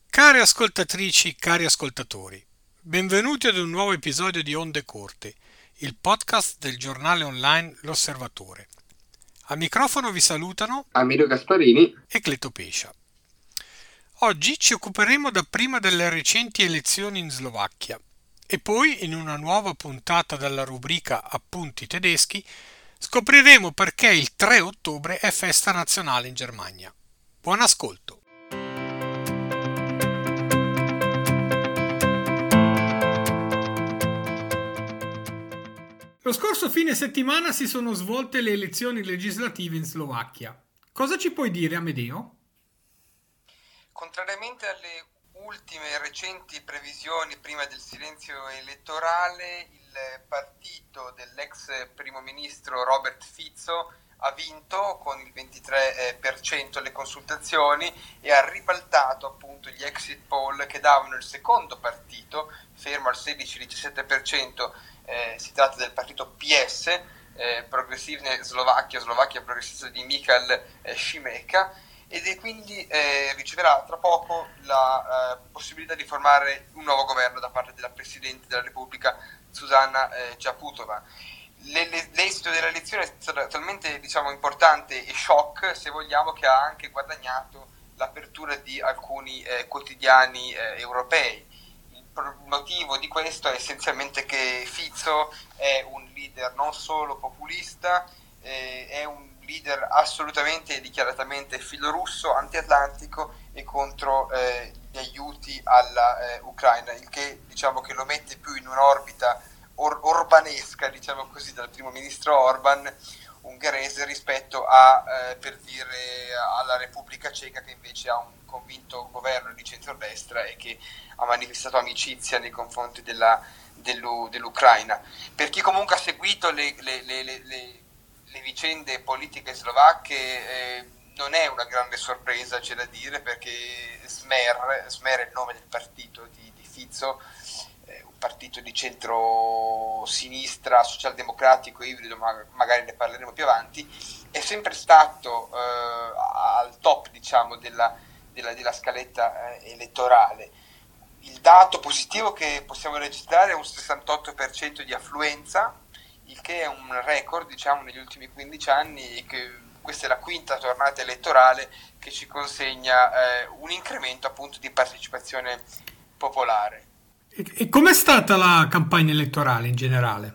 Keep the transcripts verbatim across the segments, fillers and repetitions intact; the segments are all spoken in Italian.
Care ascoltatrici, cari ascoltatori, benvenuti ad un nuovo episodio di Onde Corte, il podcast del giornale online L'Osservatore. Al microfono vi salutano Amedeo Gasparini. e Cleto Pescia. Oggi ci occuperemo dapprima delle recenti elezioni in Slovacchia e poi, in una nuova puntata della rubrica Appunti tedeschi, scopriremo perché il tre ottobre è festa nazionale in Germania. Buon ascolto! Lo scorso fine settimana si sono svolte le elezioni legislative in Slovacchia. Cosa ci puoi dire, Amedeo? Contrariamente alle ultime recenti previsioni prima del silenzio elettorale, il partito dell'ex primo ministro Robert Fico ha vinto con il ventitré per cento le consultazioni e ha ribaltato appunto gli exit poll che davano il secondo partito, fermo al sedici diciassette per cento, eh, si tratta del partito P S, eh, Progressivne Slovacchia, Slovacchia Progressista di Michal eh, Šimečka, ed è quindi eh, riceverà tra poco la eh, possibilità di formare un nuovo governo da parte della Presidente della Repubblica Zuzana eh, Čaputová. Le, le, l'esito delle elezioni è stato talmente diciamo, importante e shock, se vogliamo, che ha anche guadagnato l'apertura di alcuni eh, quotidiani eh, europei. Il motivo di questo è essenzialmente che Fico è un leader non solo populista, eh, è un leader assolutamente e dichiaratamente filorusso, antiatlantico e contro eh, gli aiuti alla eh, Ucraina, il che diciamo che lo mette più in un'orbita or- orbanesca, diciamo così, dal primo ministro Orban ungherese rispetto a eh, per dire alla Repubblica Ceca, che invece ha un convinto governo di centrodestra e che ha manifestato amicizia nei confronti della, dell'U- dell'Ucraina. Per chi comunque ha seguito le, le, le, le, le le vicende politiche slovacche, eh, non è una grande sorpresa, c'è da dire, perché Smer, Smer è il nome del partito di, di Fico, eh, un partito di centro-sinistra, socialdemocratico, ibrido, ma magari ne parleremo più avanti, è sempre stato eh, al top, diciamo, della, della, della scaletta eh, elettorale. Il dato positivo che possiamo registrare è un sessantotto per cento di affluenza, il che è un record, diciamo, negli ultimi quindici anni, e che questa è la quinta tornata elettorale che ci consegna eh, un incremento appunto di partecipazione popolare. E, e com'è stata la campagna elettorale in generale?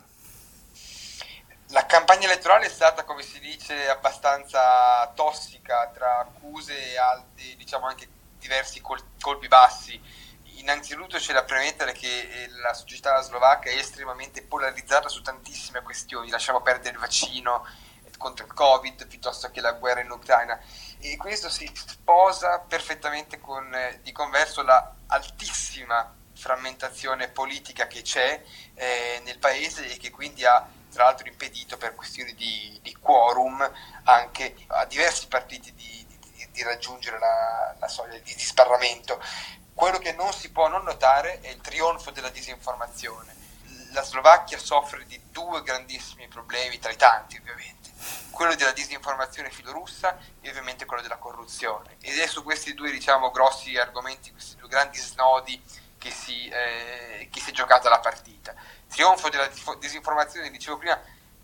La campagna elettorale è stata, come si dice, abbastanza tossica, tra accuse e altri, diciamo anche diversi col- colpi bassi. Innanzitutto c'è da premettere che la società slovacca è estremamente polarizzata su tantissime questioni, lasciamo perdere il vaccino contro il Covid piuttosto che la guerra in Ucraina, e questo si sposa perfettamente con di converso la altissima frammentazione politica che c'è eh, nel paese, e che quindi ha tra l'altro impedito per questioni di, di quorum anche a diversi partiti di, di, di raggiungere la, la soglia di, di sbarramento. Quello che non si può non notare è il trionfo della disinformazione. La Slovacchia soffre di due grandissimi problemi, tra i tanti ovviamente: quello della disinformazione filorussa e ovviamente quello della corruzione. Ed è su questi due, diciamo, grossi argomenti, questi due grandi snodi, che si, eh, che si è giocata la partita. Trionfo della disinformazione, dicevo prima,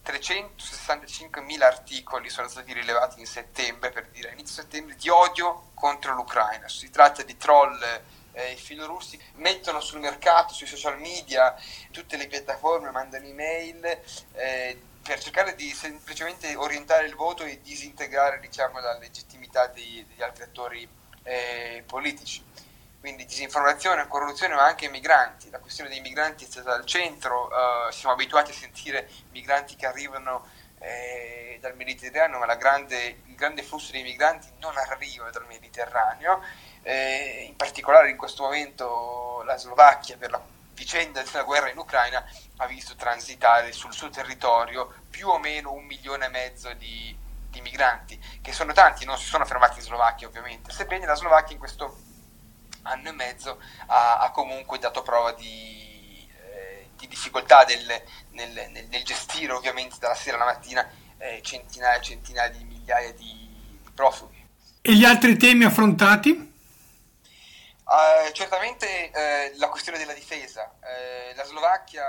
trecentosessantacinquemila articoli sono stati rilevati in settembre, per dire, a inizio settembre, di odio contro l'Ucraina. Si tratta di troll eh, i filorussi mettono sul mercato, sui social media, tutte le piattaforme mandano email eh, per cercare di semplicemente orientare il voto e disintegrare, diciamo, la legittimità dei, degli altri attori eh, politici. Quindi disinformazione, corruzione, ma anche migranti. La questione dei migranti è stata al centro, uh, siamo abituati a sentire migranti che arrivano eh, dal Mediterraneo, ma la grande, il grande flusso dei migranti non arriva dal Mediterraneo. Eh, in particolare in questo momento la Slovacchia, per la vicenda della guerra in Ucraina, ha visto transitare sul suo territorio più o meno un milione e mezzo di, di migranti, che sono tanti, non si sono fermati in Slovacchia ovviamente, sebbene la Slovacchia in questo anno e mezzo ha, ha comunque dato prova di, eh, di difficoltà del, nel, nel, nel gestire ovviamente dalla sera alla mattina eh, centinaia e centinaia di migliaia di, di profughi. E gli altri temi affrontati? Uh, certamente uh, la questione della difesa. Uh, la Slovacchia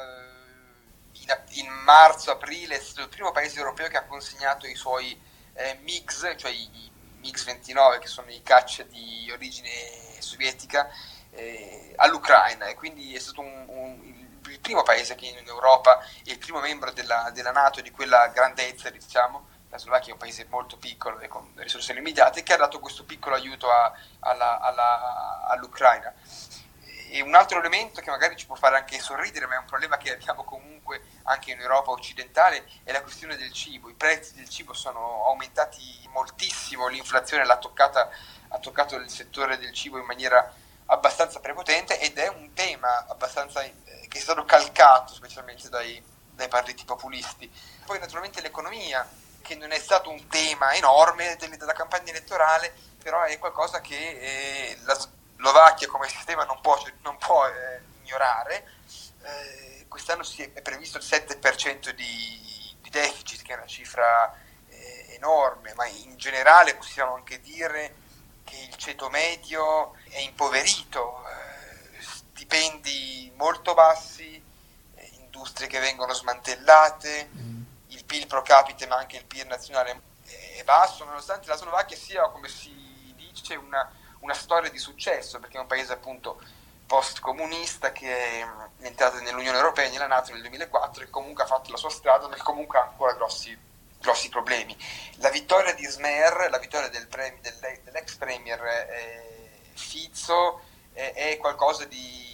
uh, in, in marzo-aprile è stato il primo paese europeo che ha consegnato i suoi uh, MiGs, cioè i, i MiG ventinove, che sono i caccia di origine sovietica, eh, all'Ucraina, e quindi è stato un, un, il primo paese che in Europa è il primo membro della, della NATO di quella grandezza, diciamo. La Slovacchia è un paese molto piccolo e con risorse limitate, che ha dato questo piccolo aiuto a, alla, alla, all'Ucraina. E un altro elemento che magari ci può fare anche sorridere, ma è un problema che abbiamo comunque anche in Europa occidentale, è la questione del cibo. I prezzi del cibo sono aumentati moltissimo, l'inflazione l'ha toccata, ha toccato il settore del cibo in maniera abbastanza prepotente, ed è un tema abbastanza eh, che è stato calcato specialmente dai, dai partiti populisti. Poi naturalmente l'economia, che non è stato un tema enorme della campagna elettorale, però è qualcosa che eh, la Slovacchia come sistema non può, non può eh, ignorare. Eh, quest'anno si è previsto il sette per cento di, di deficit, che è una cifra eh, enorme, ma in generale possiamo anche dire che il ceto medio è impoverito, eh, stipendi molto bassi, eh, industrie che vengono smantellate, il P I L pro capite ma anche il P I L nazionale è basso, nonostante la Slovacchia sia, come si dice, una, una storia di successo, perché è un paese appunto post-comunista che è entrato nell'Unione Europea e nella NATO nel duemilaquattro, e comunque ha fatto la sua strada, ma comunque ha ancora grossi, grossi problemi. La vittoria di Smer, la vittoria del premi, dell'ex premier eh, Fico eh, è qualcosa di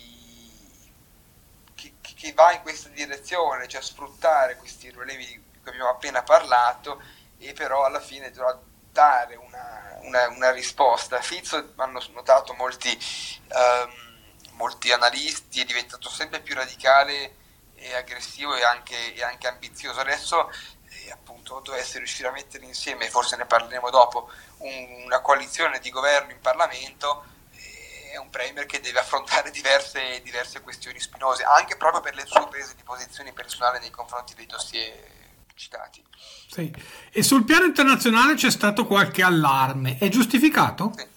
che, che va in questa direzione, cioè sfruttare questi problemi di cui abbiamo appena parlato, e però alla fine dovrà dare una, una, una risposta. Fico, hanno notato molti, um, molti analisti, è diventato sempre più radicale e aggressivo e anche, e anche ambizioso. Adesso eh, appunto dovesse riuscire a mettere insieme, forse ne parleremo dopo, un, una coalizione di governo in Parlamento. È un premier che deve affrontare diverse, diverse questioni spinose, anche proprio per le sue prese di posizione personale nei confronti dei dossier citati. Sì. E sul piano internazionale c'è stato qualche allarme, è giustificato? Sì.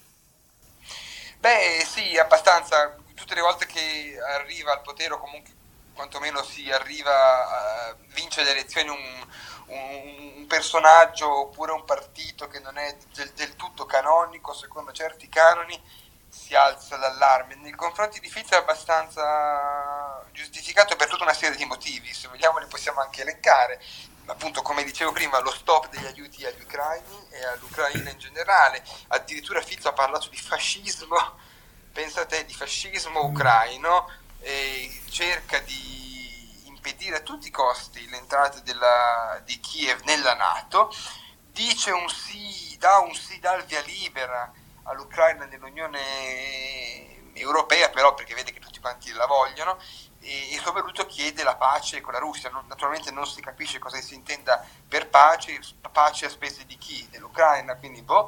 Beh sì, abbastanza. Tutte le volte che arriva al potere, o comunque quantomeno si arriva a vincere le elezioni, un, un, un personaggio oppure un partito che non è del, del tutto canonico secondo certi canoni, si alza l'allarme. Nei confronti di Fico è abbastanza giustificato per tutta una serie di motivi, se vogliamo li possiamo anche elencare. Appunto, come dicevo prima, lo stop degli aiuti agli ucraini e all'Ucraina in generale. Addirittura Fico ha parlato di fascismo, pensate, di fascismo ucraino, e cerca di impedire a tutti i costi l'entrata della, di Kiev nella NATO. Dice un sì, dà un sì, dà il via libera all'Ucraina nell'Unione Europea, però perché vede che tutti quanti la vogliono, e, e soprattutto chiede la pace con la Russia. Non, naturalmente non si capisce cosa si intenda per pace, pace a spese di chi? Dell'Ucraina, quindi boh.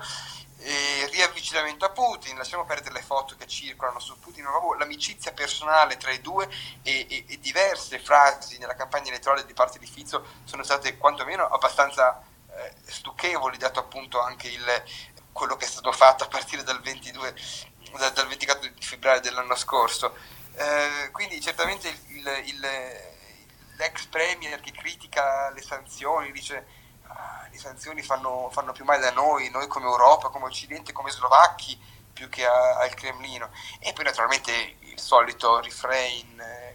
E riavvicinamento a Putin, lasciamo perdere le foto che circolano su Putin, ma l'amicizia personale tra i due e, e, e diverse frasi nella campagna elettorale di parte di Fico sono state quantomeno abbastanza eh, stucchevoli, dato appunto anche il quello che è stato fatto a partire dal ventidue, dal ventiquattro di febbraio dell'anno scorso. Eh, quindi certamente il, il, il, l'ex premier che critica le sanzioni, dice ah, le sanzioni fanno, fanno più male da noi, noi come Europa, come Occidente, come slovacchi, più che a, al Cremlino. E poi naturalmente il solito refrain eh,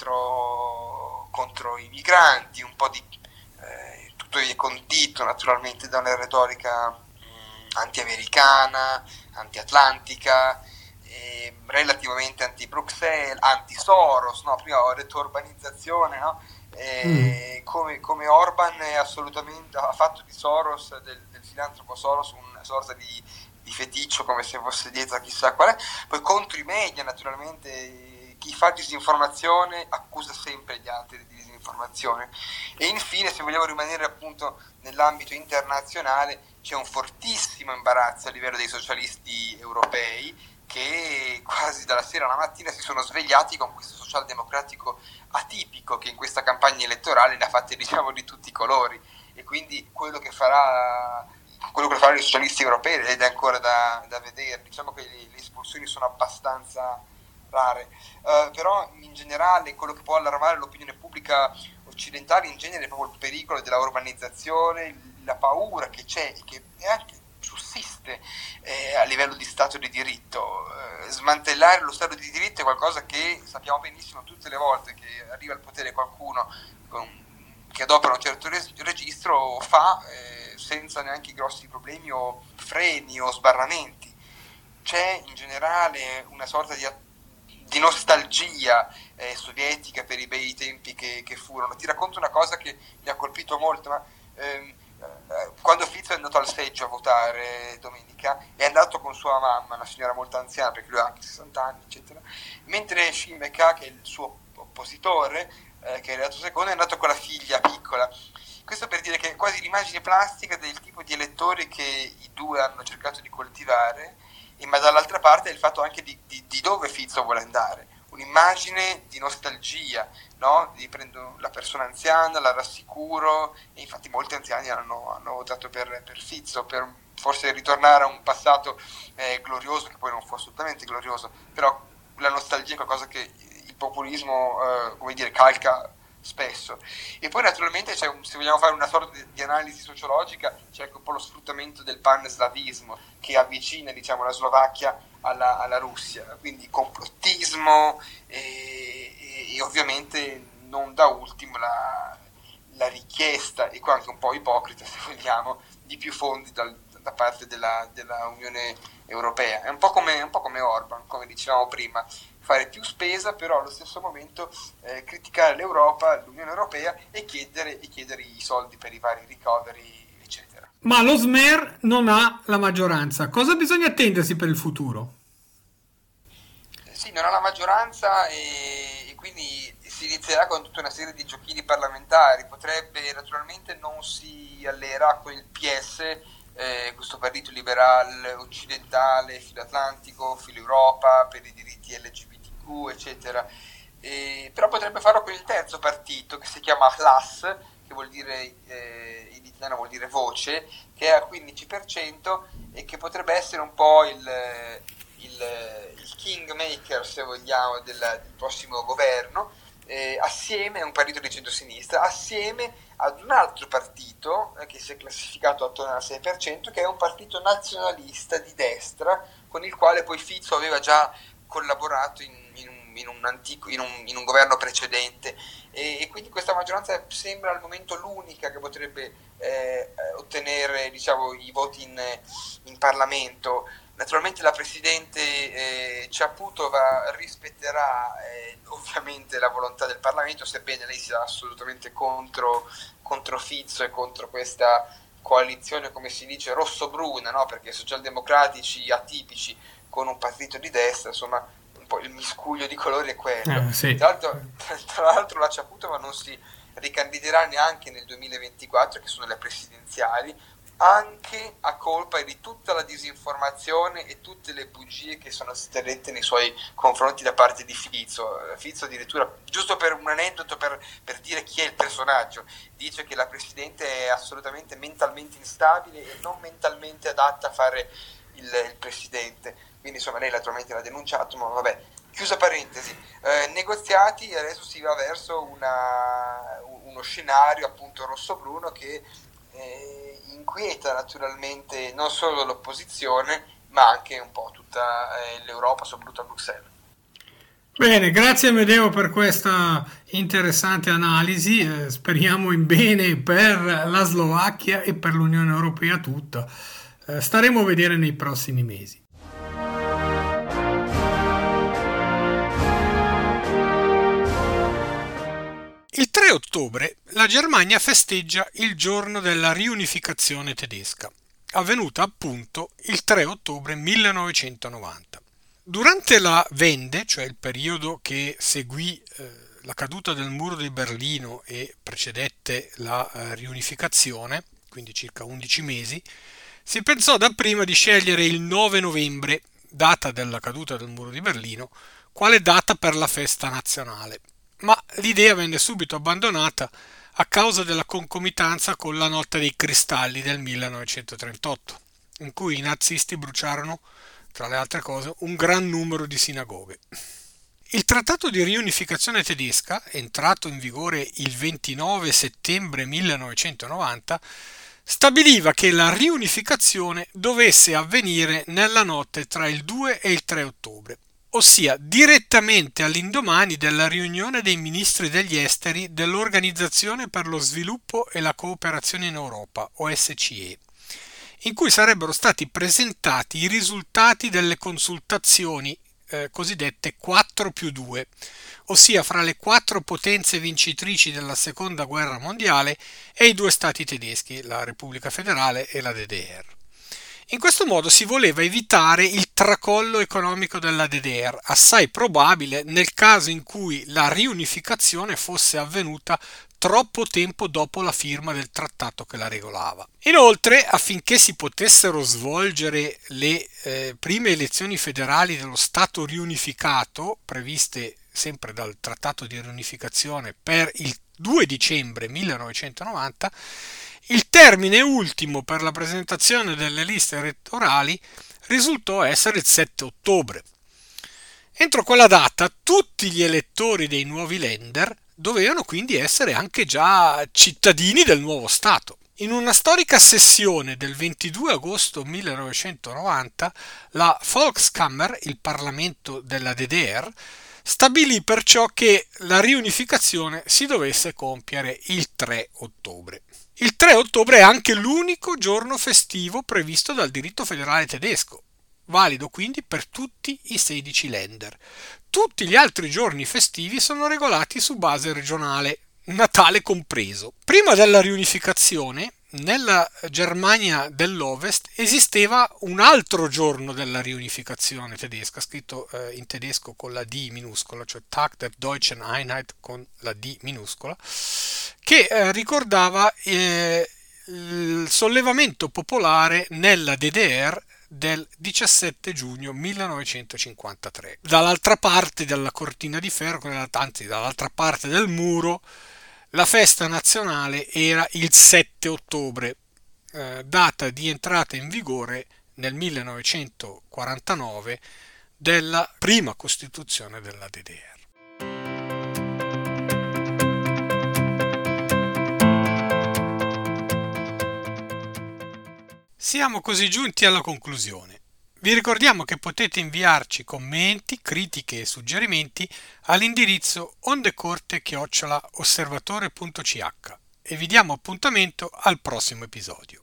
contro, contro i migranti, un po' di eh, tutto è condito naturalmente da una retorica anti-americana, anti-atlantica, eh, relativamente anti-Bruxelles, anti-Soros, no? Prima ho detto urbanizzazione, no? Eh, mm. come, come Orban è assolutamente, ha fatto di Soros, del, del filantropo Soros, una sorta di, di feticcio, come se fosse dietro a chissà qual è. Poi contro i media, naturalmente, chi fa disinformazione accusa sempre gli altri di disinformazione. E infine, se vogliamo rimanere appunto nell'ambito internazionale, c'è un fortissimo imbarazzo a livello dei socialisti europei, che quasi dalla sera alla mattina si sono svegliati con questo socialdemocratico atipico, che in questa campagna elettorale ne ha fatte, diciamo, di tutti i colori. E quindi quello che farà il quello che fanno i socialisti europei ed è ancora da, da vedere. Diciamo che le, le espulsioni sono abbastanza rare, uh, però in generale quello che può allarmare l'opinione pubblica occidentale in genere è proprio il pericolo della urbanizzazione, la paura che c'è e che è anche sussiste eh, a livello di Stato di diritto. Eh, smantellare lo Stato di diritto è qualcosa che sappiamo benissimo tutte le volte che arriva al potere qualcuno con, che adopera un certo registro fa eh, senza neanche grossi problemi o freni o sbarramenti. C'è in generale una sorta di, di nostalgia eh, sovietica per i bei tempi che, che furono. Ti racconto una cosa che mi ha colpito molto, ma ehm, quando Fizzo è andato al seggio a votare domenica è andato con sua mamma, una signora molto anziana perché lui ha anche sessanta anni eccetera, mentre Shimeka, che è il suo oppositore eh, che è arrivato secondo, è andato con la figlia piccola. Questo per dire che è quasi l'immagine plastica del tipo di elettori che i due hanno cercato di coltivare, e, ma dall'altra parte è il fatto anche di, di, di dove Fizzo vuole andare, un'immagine di nostalgia, no? Di prendo la persona anziana, la rassicuro, e infatti molti anziani hanno, hanno votato per, per Fizzo, per forse ritornare a un passato eh, glorioso, che poi non fu assolutamente glorioso, però la nostalgia è qualcosa che il populismo eh, come dire, calca spesso. E poi naturalmente c'è un, se vogliamo fare una sorta di, di analisi sociologica, c'è anche un po' lo sfruttamento del panslavismo che avvicina, diciamo, la Slovacchia alla, alla Russia, quindi complottismo e, e, e ovviamente non da ultimo la, la richiesta, e qua anche un po' ipocrita se vogliamo, di più fondi dal, da parte della, della Unione Europea. È un po' come, un po' come Orban, come dicevamo prima, fare più spesa però allo stesso momento eh, criticare l'Europa, l'Unione Europea e chiedere, e chiedere i soldi per i vari recovery eccetera. Ma lo Smer non ha la maggioranza, cosa bisogna attendersi per il futuro? Eh, sì, non ha la maggioranza e, e quindi si inizierà con tutta una serie di giochini parlamentari, potrebbe naturalmente non si alleerà con il P S, eh, questo partito liberale occidentale, filo Atlantico, filo Europa, per i diritti L G B T Q eccetera, e, però potrebbe farlo con il terzo partito che si chiama Hlas, che vuol dire eh, in italiano vuol dire voce, che è al quindici per cento e che potrebbe essere un po' il, il, il kingmaker, se vogliamo, del, del prossimo governo, eh, assieme a un partito di centrosinistra, assieme ad un altro partito eh, che si è classificato attorno al sei per cento, che è un partito nazionalista di destra, con il quale poi Fizzo aveva già collaborato in, in, un, in, un, antico, in, un, in un governo precedente, e, e quindi questa maggioranza sembra al momento l'unica che potrebbe eh, ottenere, diciamo, i voti in, in Parlamento. Naturalmente la Presidente eh, Ciaputova rispetterà eh, ovviamente la volontà del Parlamento, sebbene lei sia assolutamente contro, contro Fizzo e contro questa coalizione, come si dice, rosso-bruna, no? Perché socialdemocratici atipici con un partito di destra, insomma, un po' il miscuglio di colori è quello. Eh, sì. Tra l'altro, tra l'altro la Ciaputova non si ricandiderà neanche nel duemilaventiquattro, che sono le presidenziali, anche a colpa di tutta la disinformazione e tutte le bugie che sono state dette nei suoi confronti da parte di Fizzo. Fizzo addirittura, giusto per un aneddoto, per, per dire chi è il personaggio, dice che la Presidente è assolutamente mentalmente instabile e non mentalmente adatta a fare il, il Presidente. Quindi insomma lei naturalmente l'ha denunciato, ma vabbè. Chiusa parentesi, eh, negoziati, e adesso si va verso una, uno scenario appunto rosso-bruno che eh, inquieta naturalmente non solo l'opposizione ma anche un po' tutta eh, l'Europa, soprattutto a Bruxelles. Bene, grazie Amedeo per questa interessante analisi, eh, speriamo in bene per la Slovacchia e per l'Unione Europea tutta. Eh, staremo a vedere nei prossimi mesi. Il tre ottobre la Germania festeggia il giorno della riunificazione tedesca, avvenuta appunto il tre ottobre millenovecentonovanta. Durante la Wende, cioè il periodo che seguì eh, la caduta del muro di Berlino e precedette la eh, riunificazione, quindi circa undici mesi, si pensò dapprima di scegliere il nove novembre, data della caduta del muro di Berlino, quale data per la festa nazionale. Ma l'idea venne subito abbandonata a causa della concomitanza con la Notte dei Cristalli del millenovecentotrentotto, in cui i nazisti bruciarono, tra le altre cose, un gran numero di sinagoghe. Il trattato di riunificazione tedesca, entrato in vigore il ventinove settembre millenovecentonovanta, stabiliva che la riunificazione dovesse avvenire nella notte tra il due e il tre ottobre, ossia direttamente all'indomani della riunione dei ministri degli esteri dell'Organizzazione per lo sviluppo e la cooperazione in Europa, O S C E, in cui sarebbero stati presentati i risultati delle consultazioni eh, cosiddette quattro più due, ossia fra le quattro potenze vincitrici della seconda guerra mondiale e i due stati tedeschi, la Repubblica Federale e la D D R. In questo modo si voleva evitare il tracollo economico della D D R, assai probabile nel caso in cui la riunificazione fosse avvenuta troppo tempo dopo la firma del trattato che la regolava. Inoltre, affinché si potessero svolgere le eh, prime elezioni federali dello Stato riunificato, previste sempre dal trattato di riunificazione per il due dicembre millenovecentonovanta, il termine ultimo per la presentazione delle liste elettorali risultò essere il sette ottobre. Entro quella data tutti gli elettori dei nuovi Länder dovevano quindi essere anche già cittadini del nuovo Stato. In una storica sessione del ventidue agosto millenovecentonovanta, la Volkskammer, il Parlamento della D D R, stabilì perciò che la riunificazione si dovesse compiere il tre ottobre. Il tre ottobre è anche l'unico giorno festivo previsto dal diritto federale tedesco, valido quindi per tutti i sedici Länder. Tutti gli altri giorni festivi sono regolati su base regionale, Natale compreso. Prima della riunificazione, nella Germania dell'Ovest esisteva un altro giorno della riunificazione tedesca, scritto eh, in tedesco con la D minuscola, cioè Tag der Deutschen Einheit con la D minuscola, che eh, ricordava eh, il sollevamento popolare nella D D R del diciassette giugno millenovecentocinquantatré. Dall'altra parte della cortina di ferro, anzi dall'altra parte del muro, la festa nazionale era il sette ottobre, eh, data di entrata in vigore nel millenovecentoquarantanove della prima Costituzione della D D R. Siamo così giunti alla conclusione. Vi ricordiamo che potete inviarci commenti, critiche e suggerimenti all'indirizzo ondecorte chiocciola osservatore punto c h e vi diamo appuntamento al prossimo episodio.